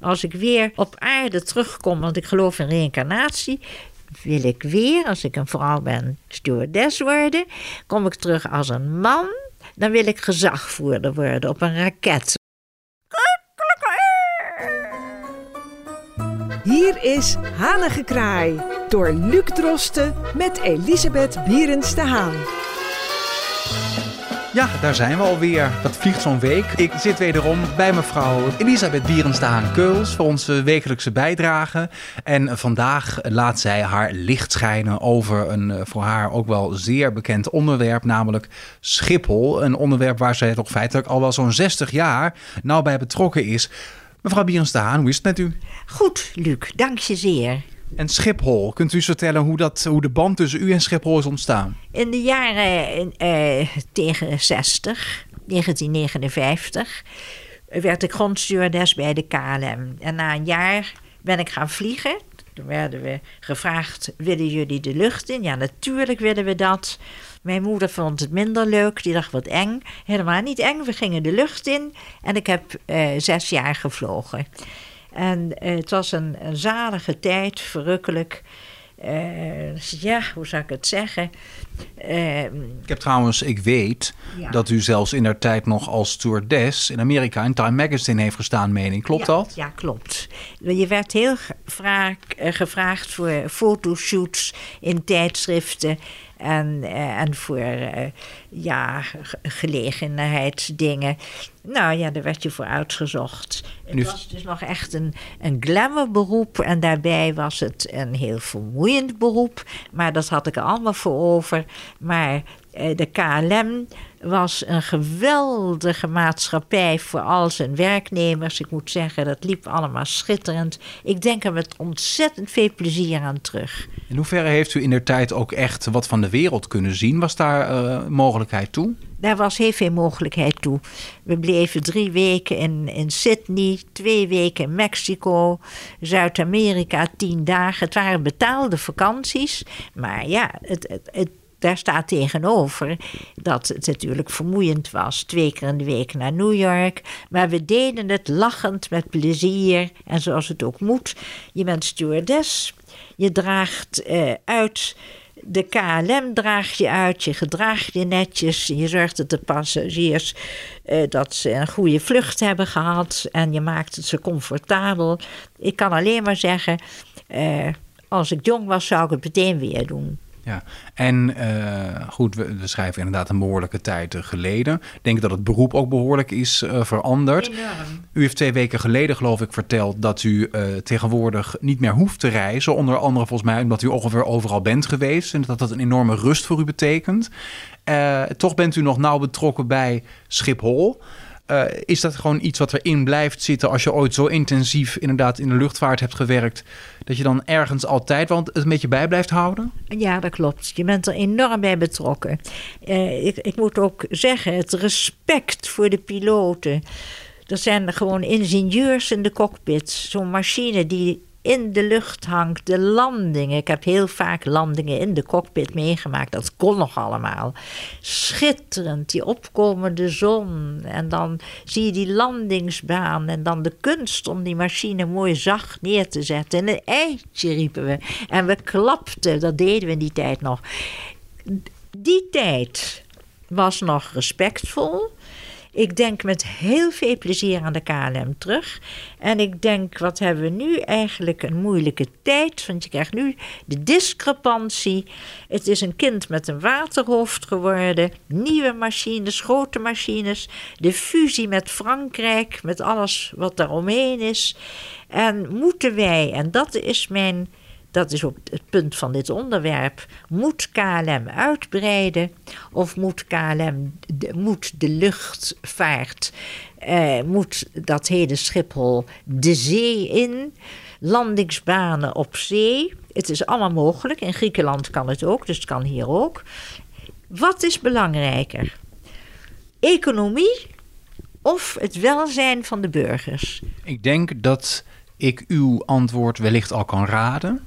als ik weer op aarde terugkom, want ik geloof in reïncarnatie, wil ik weer, als ik een vrouw ben, stewardess worden. Kom ik terug als een man, dan wil ik gezagvoerder worden op een raket. Hier is Hanengekraai door Luc Drosten met Elisabeth Bierens de Haan. Ja, daar zijn we alweer. Dat vliegt zo'n week. Ik zit wederom bij mevrouw Elisabeth Bierens de Haan-Keuls voor onze wekelijkse bijdrage. En vandaag laat zij haar licht schijnen over een voor haar ook wel zeer bekend onderwerp, namelijk Schiphol. Een onderwerp waar zij toch feitelijk al wel zo'n 60 jaar nauw bij betrokken is. Mevrouw Bierens de Haan, hoe is het met u? Goed, Luc, dank je zeer. En Schiphol, kunt u eens vertellen hoe de band tussen u en Schiphol is ontstaan? In de jaren tegen 60, 1959, werd ik grondstewardess bij de KLM. En na een jaar ben ik gaan vliegen. Toen werden we gevraagd, willen jullie de lucht in? Ja, natuurlijk willen we dat. Mijn moeder vond het minder leuk. Die dacht, wat eng. Helemaal niet eng. We gingen de lucht in. En ik heb 6 jaar gevlogen. En het was een zalige tijd, verrukkelijk. Hoe zou ik het zeggen? Ik weet dat u zelfs in der tijd nog als stewardess in Amerika in Time Magazine heeft gestaan, meen ik. Klopt dat? Ja, klopt. Je werd heel vaak gevraagd voor fotoshoots in tijdschriften en voor gelegenheidsdingen. Nou ja, daar werd je voor uitgezocht. Het was dus nog echt een glamourberoep en daarbij was het een heel vermoeiend beroep. Maar dat had ik er allemaal voor over. Maar de KLM was een geweldige maatschappij voor al zijn werknemers. Ik moet zeggen, dat liep allemaal schitterend. Ik denk er met ontzettend veel plezier aan terug. In hoeverre heeft u in der tijd ook echt wat van de wereld kunnen zien? Was daar mogelijkheid toe? Daar was heel veel mogelijkheid toe. We bleven 3 weken in Sydney, 2 weken in Mexico, Zuid-Amerika 10 dagen. Het waren betaalde vakanties, maar ja, daar staat tegenover dat het natuurlijk vermoeiend was. 2 keer in de week naar New York. Maar we deden het lachend met plezier en zoals het ook moet. Je bent stewardess, je draagt uit. De KLM draag je uit, je gedraagt je netjes. Je zorgt dat de passagiers dat ze een goede vlucht hebben gehad. En je maakt het ze comfortabel. Ik kan alleen maar zeggen, als ik jong was zou ik het meteen weer doen. Ja, en goed, we schrijven inderdaad een behoorlijke tijd geleden. Ik denk dat het beroep ook behoorlijk is veranderd. Enorm. U heeft 2 weken geleden, geloof ik, verteld dat u tegenwoordig niet meer hoeft te reizen. Onder andere volgens mij omdat u ongeveer overal bent geweest. En dat een enorme rust voor u betekent. Toch bent u nog nauw betrokken bij Schiphol. Is dat gewoon iets wat erin blijft zitten als je ooit zo intensief inderdaad in de luchtvaart hebt gewerkt, dat je dan ergens altijd wel het een beetje bij blijft houden? Ja, dat klopt. Je bent er enorm bij betrokken. Ik moet ook zeggen, het respect voor de piloten. Er zijn gewoon ingenieurs in de cockpit. Zo'n machine die in de lucht hangt, de landingen. Ik heb heel vaak landingen in de cockpit meegemaakt. Dat kon nog allemaal. Schitterend, die opkomende zon. En dan zie je die landingsbaan. En dan de kunst om die machine mooi zacht neer te zetten. En een eitje riepen we. En we klapten, dat deden we in die tijd nog. Die tijd was nog respectvol. Ik denk met heel veel plezier aan de KLM terug. En ik denk, wat hebben we nu eigenlijk een moeilijke tijd. Want je krijgt nu de discrepantie. Het is een kind met een waterhoofd geworden. Nieuwe machines, grote machines. De fusie met Frankrijk, met alles wat daaromheen is. En moeten wij, en dat is ook het punt van dit onderwerp. Moet KLM uitbreiden of moet de luchtvaart, moet dat hele Schiphol de zee in, landingsbanen op zee? Het is allemaal mogelijk. In Griekenland kan het ook, dus het kan hier ook. Wat is belangrijker? Economie of het welzijn van de burgers? Ik denk dat ik uw antwoord wellicht al kan raden.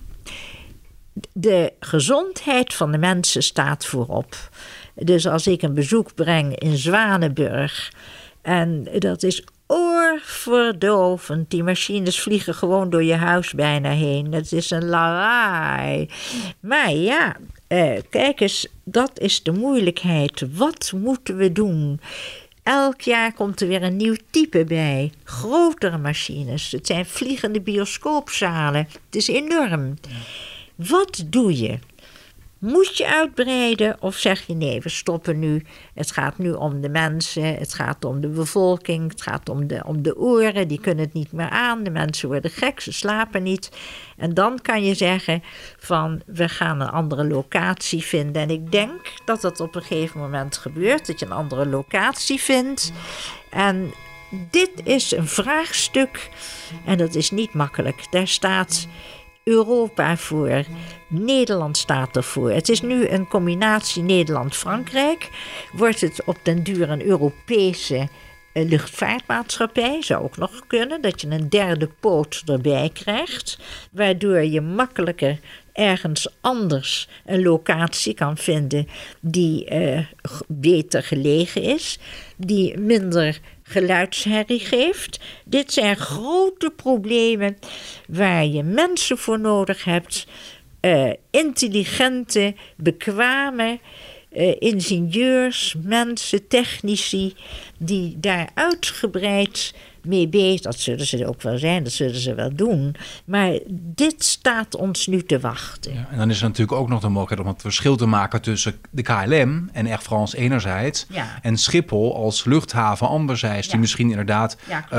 De gezondheid van de mensen staat voorop. Dus als ik een bezoek breng in Zwanenburg, en dat is oorverdovend. Die machines vliegen gewoon door je huis bijna heen. Het is een lawaai. Maar ja, kijk eens, dat is de moeilijkheid. Wat moeten we doen? Elk jaar komt er weer een nieuw type bij. Grotere machines. Het zijn vliegende bioscoopzalen. Het is enorm. Wat doe je? Moet je uitbreiden of zeg je nee, we stoppen nu. Het gaat nu om de mensen, het gaat om de bevolking, het gaat om de oren. Die kunnen het niet meer aan, de mensen worden gek, ze slapen niet. En dan kan je zeggen van we gaan een andere locatie vinden. En ik denk dat dat op een gegeven moment gebeurt, dat je een andere locatie vindt. En dit is een vraagstuk en dat is niet makkelijk. Daar staat Europa voor. Nederland staat ervoor. Het is nu een combinatie Nederland-Frankrijk. Wordt het op den duur een Europese luchtvaartmaatschappij? Zou ook nog kunnen, dat je een derde poot erbij krijgt. Waardoor je makkelijker ergens anders een locatie kan vinden die beter gelegen is. Die minder geluidsherrie geeft. Dit zijn grote problemen waar je mensen voor nodig hebt. Intelligente, bekwame ingenieurs, mensen, technici die daar uitgebreid mee bezig. Dat zullen ze ook wel zijn, dat zullen ze wel doen. Maar dit staat ons nu te wachten. Ja, en dan is er natuurlijk ook nog de mogelijkheid om het verschil te maken tussen de KLM en Air France enerzijds en Schiphol als luchthaven anderzijds, die misschien inderdaad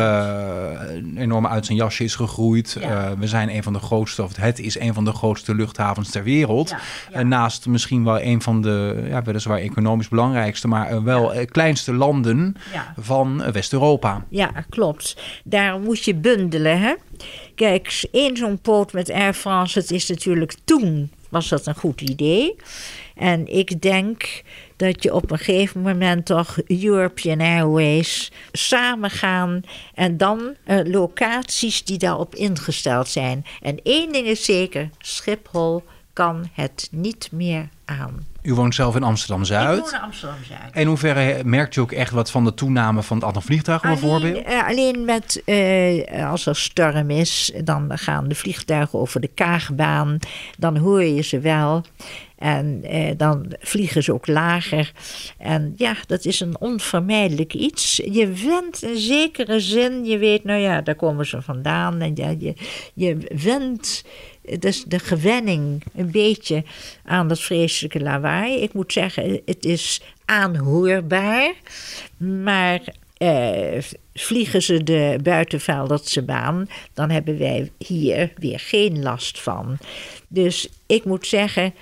enorm uit zijn jasje is gegroeid. We zijn een van de grootste, of het is een van de grootste luchthavens ter wereld. Naast misschien wel een van de, weliswaar economisch belangrijkste, maar wel kleinste landen van West-Europa. Ja, klopt. Daarom moet je bundelen, hè? Kijk, één zo'n poot met Air France, het is natuurlijk toen was dat een goed idee. En ik denk dat je op een gegeven moment toch European Airways samen gaan en dan locaties die daarop ingesteld zijn. En één ding is zeker, Schiphol kan het niet meer aan. U woont zelf in Amsterdam-Zuid. Ik woon in Amsterdam-Zuid. En in hoeverre merkt u ook echt wat van de toename van het aantal vliegtuigen bijvoorbeeld? Alleen met, als er storm is, dan gaan de vliegtuigen over de Kaagbaan. Dan hoor je ze wel. En dan vliegen ze ook lager. En ja, dat is een onvermijdelijk iets. Je went in zekere zin, je weet, nou ja, daar komen ze vandaan. En je went, dus de gewenning een beetje aan dat vreselijke lawaai. Ik moet zeggen, het is aanhoorbaar. Maar vliegen ze de Buitenveldertse baan, dan hebben wij hier weer geen last van. Dus ik moet zeggen,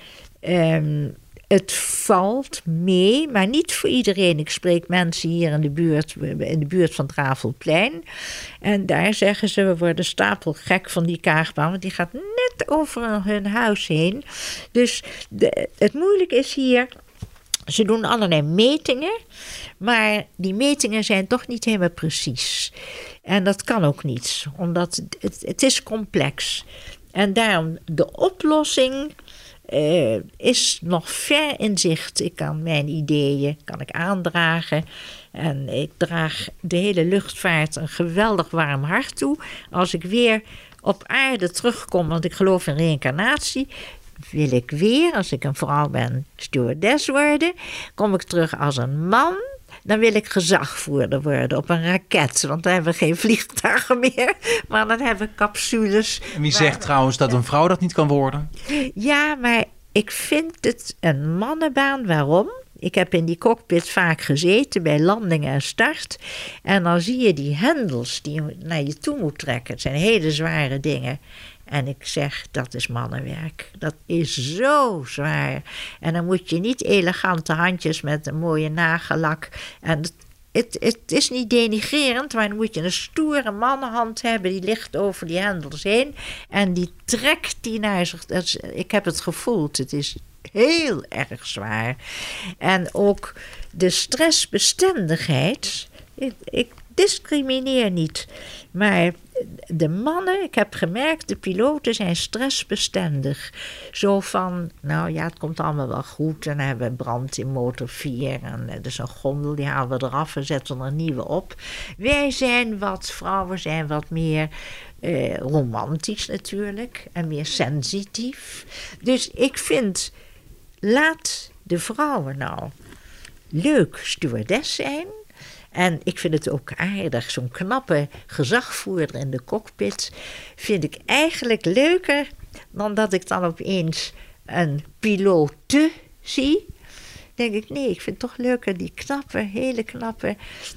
het valt mee, maar niet voor iedereen. Ik spreek mensen hier in de buurt van het Ravelplein. En daar zeggen ze, we worden stapelgek van die Kaagbaan, want die gaat net over hun huis heen. Dus het moeilijke is hier, ze doen allerlei metingen, maar die metingen zijn toch niet helemaal precies. En dat kan ook niet, omdat het is complex. En daarom de oplossing is nog ver in zicht. Ik kan mijn ideeën aandragen. En ik draag de hele luchtvaart een geweldig warm hart toe. Als ik weer op aarde terugkom, want ik geloof in reïncarnatie, wil ik weer, als ik een vrouw ben, stewardess worden. Kom ik terug als een man, dan wil ik gezagvoerder worden op een raket. Want dan hebben we geen vliegtuigen meer, maar dan hebben we capsules. En wie zegt trouwens dat een vrouw dat niet kan worden? Ja, maar ik vind het een mannenbaan. Waarom? Ik heb in die cockpit vaak gezeten bij landing en start. En dan zie je die hendels die je naar je toe moet trekken. Het zijn hele zware dingen. En ik zeg, dat is mannenwerk. Dat is zo zwaar. En dan moet je niet elegante handjes met een mooie nagellak. En het is niet denigrerend, maar dan moet je een stoere mannenhand hebben. Die ligt over die hendels heen. En die trekt die naar zich. Ik heb het gevoeld. Het is heel erg zwaar. En ook de stressbestendigheid. Ik discrimineer niet. Maar de mannen, ik heb gemerkt, de piloten zijn stressbestendig. Zo van, nou ja, het komt allemaal wel goed. En dan hebben we brand in motor 4. En er is een gondel, die halen we eraf en zetten er een nieuwe op. Vrouwen zijn wat meer romantisch natuurlijk. En meer sensitief. Dus ik vind, laat de vrouwen nou leuk stewardess zijn. En ik vind het ook aardig, zo'n knappe gezagvoerder in de cockpit vind ik eigenlijk leuker dan dat ik dan opeens een pilote zie. Denk ik, nee, ik vind het toch leuker die knappe, hele knappe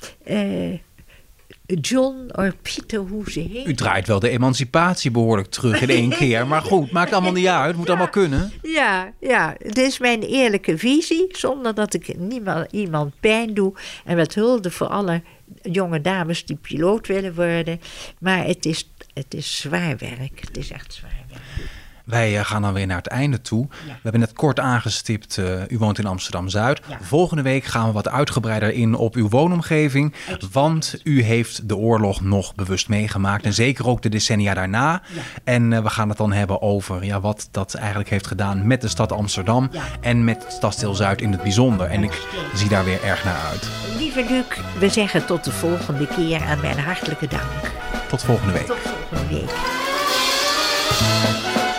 John of Pieter, hoe ze heet. U draait wel de emancipatie behoorlijk terug in 1 keer. Maar goed, maakt allemaal niet uit. Moet allemaal kunnen. Ja, dit is mijn eerlijke visie. Zonder dat ik iemand pijn doe. En met hulde voor alle jonge dames die piloot willen worden. Maar het is zwaar werk. Het is echt zwaar werk. Wij gaan dan weer naar het einde toe. Ja. We hebben net kort aangestipt, u woont in Amsterdam-Zuid. Ja. Volgende week gaan we wat uitgebreider in op uw woonomgeving. Want u heeft de oorlog nog bewust meegemaakt. En zeker ook de decennia daarna. Ja. En we gaan het dan hebben over wat dat eigenlijk heeft gedaan met de stad Amsterdam. Ja. En met het Stadsdeel Zuid in het bijzonder. En ik zie daar weer erg naar uit. Lieve Luc, we zeggen tot de volgende keer en mijn hartelijke dank. Tot volgende week. Tot volgende week.